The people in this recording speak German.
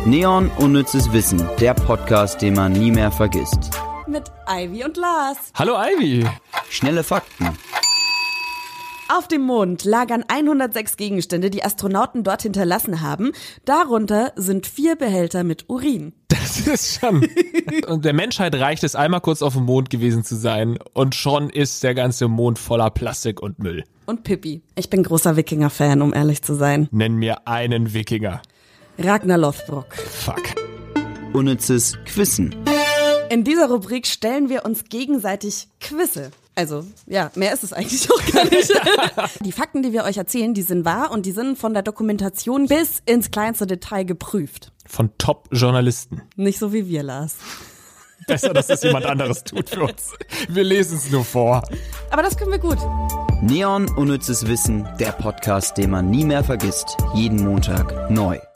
Neon Unnützes Wissen, der Podcast, den man nie mehr vergisst. Mit Ivy und Lars. Hallo Ivy. Schnelle Fakten. Auf dem Mond lagern 106 Gegenstände, die Astronauten dort hinterlassen haben. Darunter sind 4 Behälter mit Urin. Das ist schon... Und der Menschheit reicht es, einmal kurz auf dem Mond gewesen zu sein und schon ist der ganze Mond voller Plastik und Müll. Und Pippi. Ich bin großer Wikinger-Fan, um ehrlich zu sein. Nenn mir einen Wikinger. Ragnar Lothbrok. Fuck. Unnützes Quissen. In dieser Rubrik stellen wir uns gegenseitig Quizze. Also, ja, mehr ist es eigentlich auch gar nicht. Die Fakten, die wir euch erzählen, die sind wahr und die sind von der Dokumentation bis ins kleinste Detail geprüft. Von Top-Journalisten. Nicht so wie wir, Lars. Besser, dass das jemand anderes tut für uns. Wir lesen es nur vor. Aber das können wir gut. Neon Unnützes Wissen, der Podcast, den man nie mehr vergisst. Jeden Montag neu.